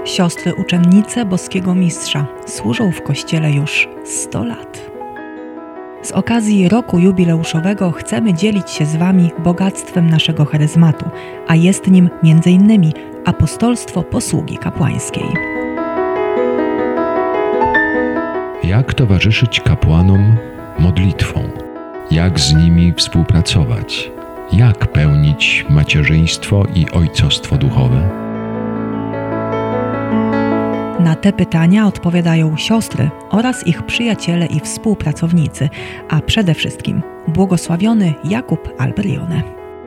Siostry uczennice boskiego mistrza służą w kościele już 100 lat. Z okazji roku jubileuszowego chcemy dzielić się z Wami bogactwem naszego charyzmatu, a jest nim m.in. apostolstwo posługi kapłańskiej. Jak towarzyszyć kapłanom modlitwą? Jak z nimi współpracować? Jak pełnić macierzyństwo i ojcostwo duchowe? Na te pytania odpowiadają siostry oraz ich przyjaciele i współpracownicy, a przede wszystkim błogosławiony Jakub Alberione.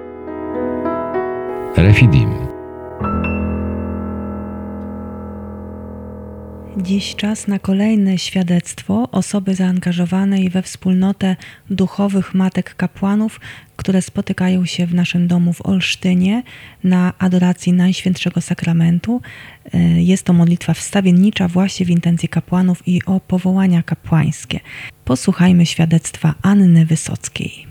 Refidim. Dziś czas na kolejne świadectwo osoby zaangażowanej we wspólnotę duchowych matek kapłanów, które spotykają się w naszym domu w Olsztynie na adoracji Najświętszego Sakramentu. Jest to modlitwa wstawiennicza właśnie w intencji kapłanów i o powołania kapłańskie. Posłuchajmy świadectwa Anny Wysockiej.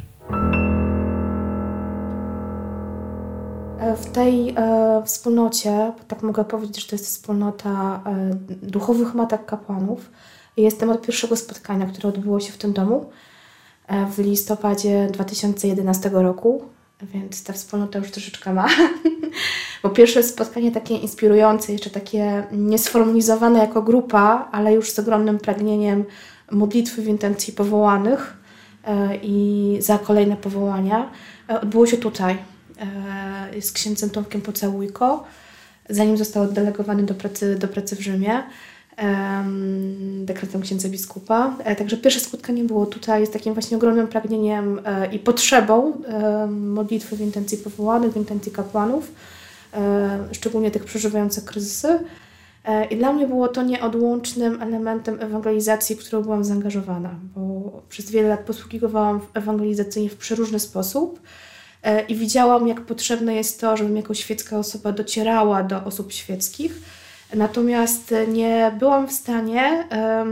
W tej wspólnocie, tak mogę powiedzieć, że to jest wspólnota duchowych matek kapłanów. Jestem od pierwszego spotkania, które odbyło się w tym domu w listopadzie 2011 roku, więc ta wspólnota już troszeczkę ma. Bo pierwsze spotkanie takie inspirujące, jeszcze takie niesformalizowane jako grupa, ale już z ogromnym pragnieniem modlitwy w intencji powołanych i za kolejne powołania, odbyło się tutaj z księdzem Tomkiem Pocałujko, zanim został oddelegowany do pracy w Rzymie dekretem księdza biskupa. Także pierwsze spotkanie było tutaj z takim właśnie ogromnym pragnieniem i potrzebą modlitwy w intencji powołanych, w intencji kapłanów, szczególnie tych przeżywających kryzysy. I dla mnie było to nieodłącznym elementem ewangelizacji, w którą byłam zaangażowana, bo przez wiele lat posługiwałam ewangelizacyjnie w przeróżny sposób i widziałam, jak potrzebne jest to, żebym jako świecka osoba docierała do osób świeckich. Natomiast nie byłam w stanie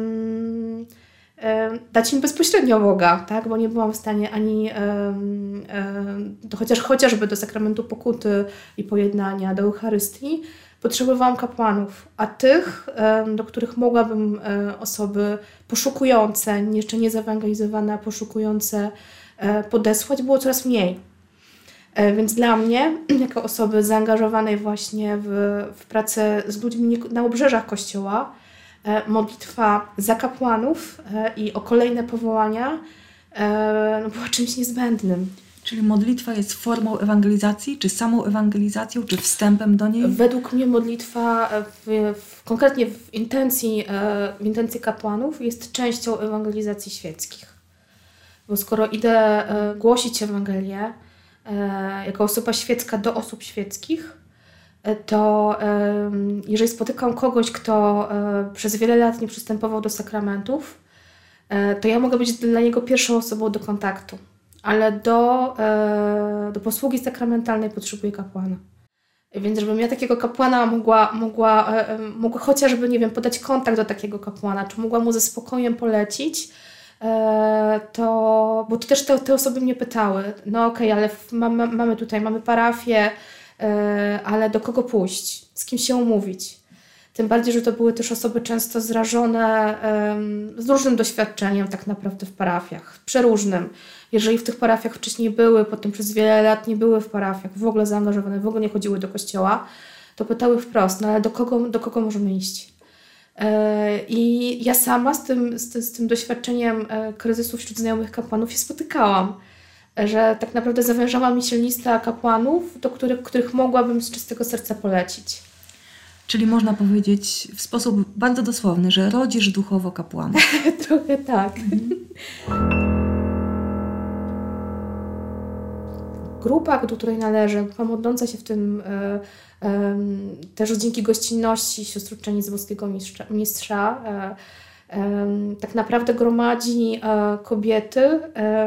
dać im bezpośrednio Boga, tak? Bo nie byłam w stanie ani chociażby do sakramentu pokuty i pojednania, do Eucharystii, potrzebowałam kapłanów, a tych, do których mogłabym osoby poszukujące, jeszcze nie zawangelizowane, poszukujące podesłać, było coraz mniej. Więc dla mnie, jako osoby zaangażowanej właśnie w pracę z ludźmi na obrzeżach Kościoła, modlitwa za kapłanów i o kolejne powołania była czymś niezbędnym. Czyli modlitwa jest formą ewangelizacji, czy samą ewangelizacją, czy wstępem do niej? Według mnie modlitwa konkretnie w intencji kapłanów jest częścią ewangelizacji świeckich. Bo skoro idę głosić Ewangelię jako osoba świecka do osób świeckich, to jeżeli spotykam kogoś, kto przez wiele lat nie przystępował do sakramentów, to ja mogę być dla niego pierwszą osobą do kontaktu. Ale do posługi sakramentalnej potrzebuję kapłana. Więc żebym ja takiego kapłana mogła chociażby, nie wiem, podać kontakt do takiego kapłana, czy mogła mu ze spokojem polecić, bo to też te osoby mnie pytały, no okej, ale mamy parafię, ale do kogo pójść? Z kim się umówić? Tym bardziej, że to były też osoby często zrażone z różnym doświadczeniem tak naprawdę w parafiach, przeróżnym. Jeżeli w tych parafiach wcześniej były, potem przez wiele lat nie były w parafiach, w ogóle zaangażowane, w ogóle nie chodziły do kościoła, to pytały wprost, no ale do kogo możemy iść? I ja sama z tym doświadczeniem kryzysu wśród znajomych kapłanów się spotykałam, że tak naprawdę zawężała mi się lista kapłanów, do których mogłabym z czystego serca polecić. Czyli można powiedzieć w sposób bardzo dosłowny, że rodzisz duchowo kapłanów. Trochę tak. Grupa, do której należę, grupa modląca się w tym też dzięki gościnności sióstr uczennic boskiego mistrza, tak naprawdę gromadzi kobiety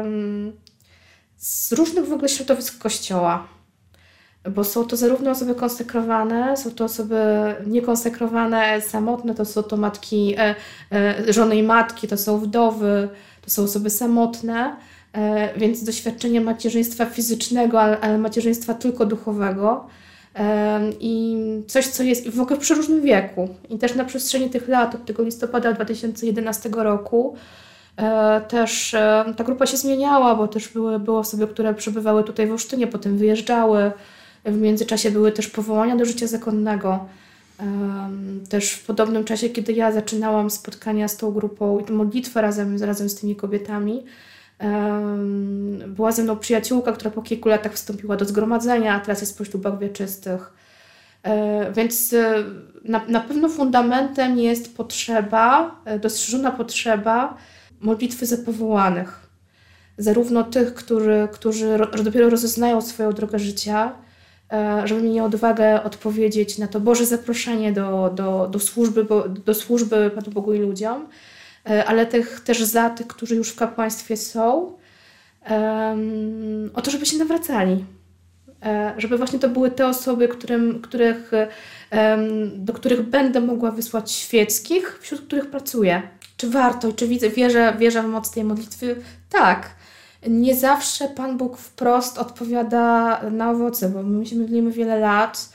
z różnych w ogóle środowisk Kościoła. Bo są to zarówno osoby konsekrowane, są to osoby niekonsekrowane, samotne, to są to matki, żony i matki, to są wdowy, to są osoby samotne, więc doświadczenie macierzyństwa fizycznego, ale macierzyństwa tylko duchowego I coś, co jest w ogóle przy różnym wieku. I też na przestrzeni tych lat, od tego listopada 2011 roku, też ta grupa się zmieniała, bo też były osoby, które przebywały tutaj w Olsztynie, potem wyjeżdżały. W międzyczasie były też powołania do życia zakonnego. Też w podobnym czasie, kiedy ja zaczynałam spotkania z tą grupą i modlitwę razem z tymi kobietami, była ze mną przyjaciółka, która po kilku latach wstąpiła do zgromadzenia, a teraz jest po ślubach wieczystych. Więc na pewno fundamentem jest dostrzeżona potrzeba modlitwy za powołanych. Zarówno tych, którzy dopiero rozeznają swoją drogę życia, żeby mieli odwagę odpowiedzieć na to Boże zaproszenie do służby Panu Bogu i ludziom, ale też za tych, którzy już w kapłaństwie są, o to, żeby się nawracali. Żeby właśnie to były te osoby, do których będę mogła wysłać świeckich, wśród których pracuję. Czy warto i czy wierzę w moc tej modlitwy? Tak. Nie zawsze Pan Bóg wprost odpowiada na owoce, bo my się modlimy wiele lat.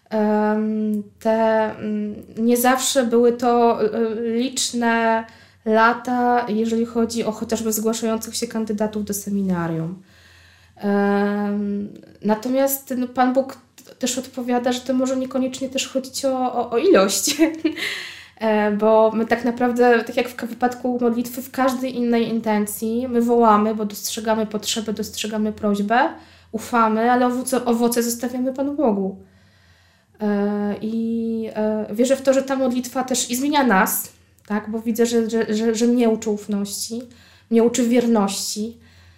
Nie zawsze były to liczne lata, jeżeli chodzi o chociażby zgłaszających się kandydatów do seminarium. Natomiast Pan Bóg też odpowiada, że to może niekoniecznie też chodzić o ilość. Bo my tak naprawdę, tak jak w wypadku modlitwy, w każdej innej intencji my wołamy, bo dostrzegamy potrzebę, dostrzegamy prośbę, ufamy, ale owoce zostawiamy Panu Bogu. I wierzę w to, że ta modlitwa też i zmienia nas, tak? Bo widzę, że mnie uczy ufności, mnie uczy wierności.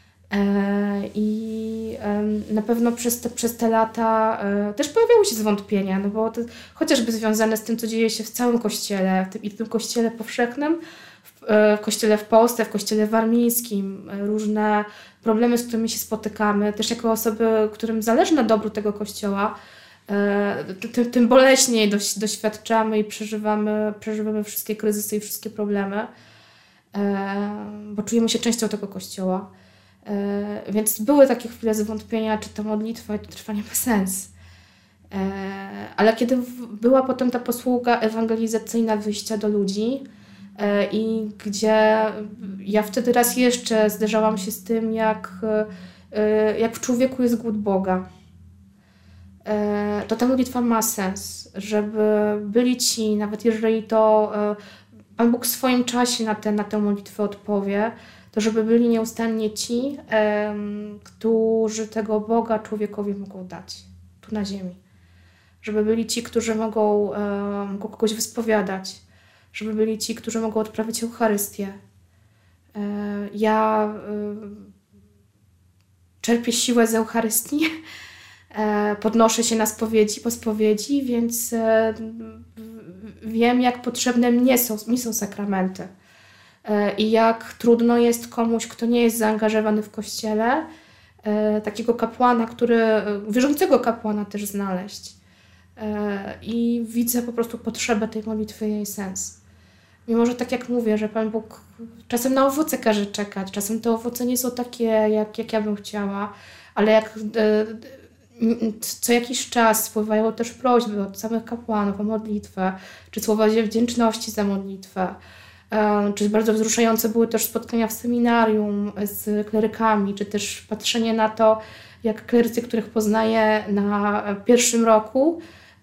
I na pewno przez te lata też pojawiały się zwątpienia, no bo to chociażby związane z tym, co dzieje się w całym Kościele, w tym Kościele powszechnym, w Kościele w Polsce, w Kościele warmińskim, różne problemy, z którymi się spotykamy, też jako osoby, którym zależy na dobru tego Kościoła, tym boleśniej doświadczamy i przeżywamy wszystkie kryzysy i wszystkie problemy, bo czujemy się częścią tego Kościoła. Więc były takie chwile zwątpienia, czy ta modlitwa i to trwanie ma sens. Ale kiedy była potem ta posługa ewangelizacyjna wyjścia do ludzi i gdzie ja wtedy raz jeszcze zderzałam się z tym, jak w człowieku jest głód Boga, to ta modlitwa ma sens, żeby byli ci, nawet jeżeli to Pan Bóg w swoim czasie na tę modlitwę odpowie, to żeby byli nieustannie ci, którzy tego Boga człowiekowi mogą dać, tu na ziemi. Żeby byli ci, którzy mogą kogoś wyspowiadać, żeby byli ci, którzy mogą odprawić Eucharystię. Ja czerpię siłę z Eucharystii, podnoszę się po spowiedzi, więc wiem, jak potrzebne mi są sakramenty. I jak trudno jest komuś, kto nie jest zaangażowany w Kościele, takiego kapłana, wierzącego kapłana też znaleźć. I widzę po prostu potrzebę tej modlitwy i jej sens. Mimo, że tak jak mówię, że Pan Bóg czasem na owoce każe czekać, czasem te owoce nie są takie, jak ja bym chciała, ale jak co jakiś czas spływają też prośby od samych kapłanów o modlitwę, czy słowa wdzięczności za modlitwę, czy bardzo wzruszające były też spotkania w seminarium z klerykami, czy też patrzenie na to, jak klerycy, których poznaję na pierwszym roku,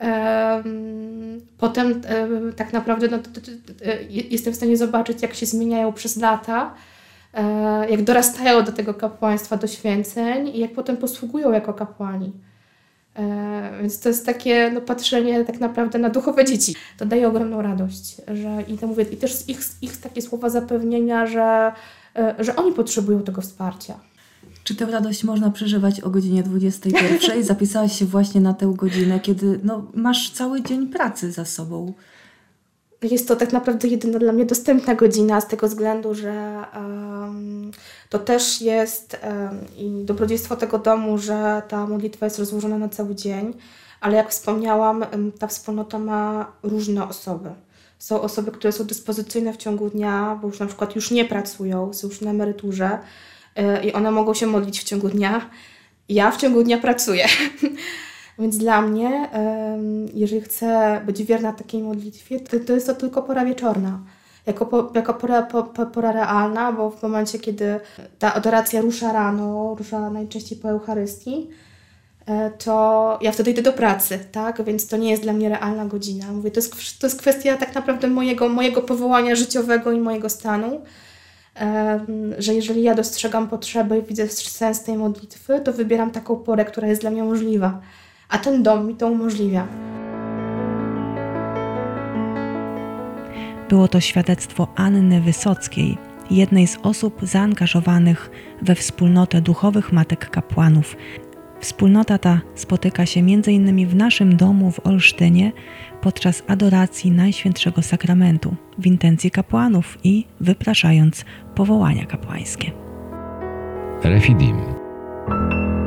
potem tak naprawdę jestem w stanie zobaczyć, jak się zmieniają przez lata, jak dorastają do tego kapłaństwa, do święceń i jak potem posługują jako kapłani. Więc to jest takie patrzenie tak naprawdę na duchowe dzieci. To daje ogromną radość. I też ich takie słowa zapewnienia, że oni potrzebują tego wsparcia. Czy tę radość można przeżywać o godzinie 21? Zapisałaś się właśnie na tę godzinę, kiedy masz cały dzień pracy za sobą. Jest to tak naprawdę jedyna dla mnie dostępna godzina z tego względu, że to też jest i dobrodziejstwo tego domu, że ta modlitwa jest rozłożona na cały dzień, ale jak wspomniałam, ta wspólnota ma różne osoby. Są osoby, które są dyspozycyjne w ciągu dnia, bo już na przykład już nie pracują, są już na emeryturze i one mogą się modlić w ciągu dnia. Ja w ciągu dnia pracuję. Więc dla mnie, jeżeli chcę być wierna takiej modlitwie, to jest to tylko pora wieczorna. Jako pora realna, bo w momencie, kiedy ta adoracja rusza najczęściej po Eucharystii, to ja wtedy idę do pracy, tak? Więc to nie jest dla mnie realna godzina. Mówię, to jest kwestia tak naprawdę mojego powołania życiowego i mojego stanu, że jeżeli ja dostrzegam potrzebę i widzę sens tej modlitwy, to wybieram taką porę, która jest dla mnie możliwa. A ten dom mi to umożliwia. Było to świadectwo Anny Wysockiej, jednej z osób zaangażowanych we wspólnotę duchowych matek kapłanów. Wspólnota ta spotyka się m.in. w naszym domu w Olsztynie podczas adoracji Najświętszego Sakramentu w intencji kapłanów i wypraszając powołania kapłańskie. Refidim.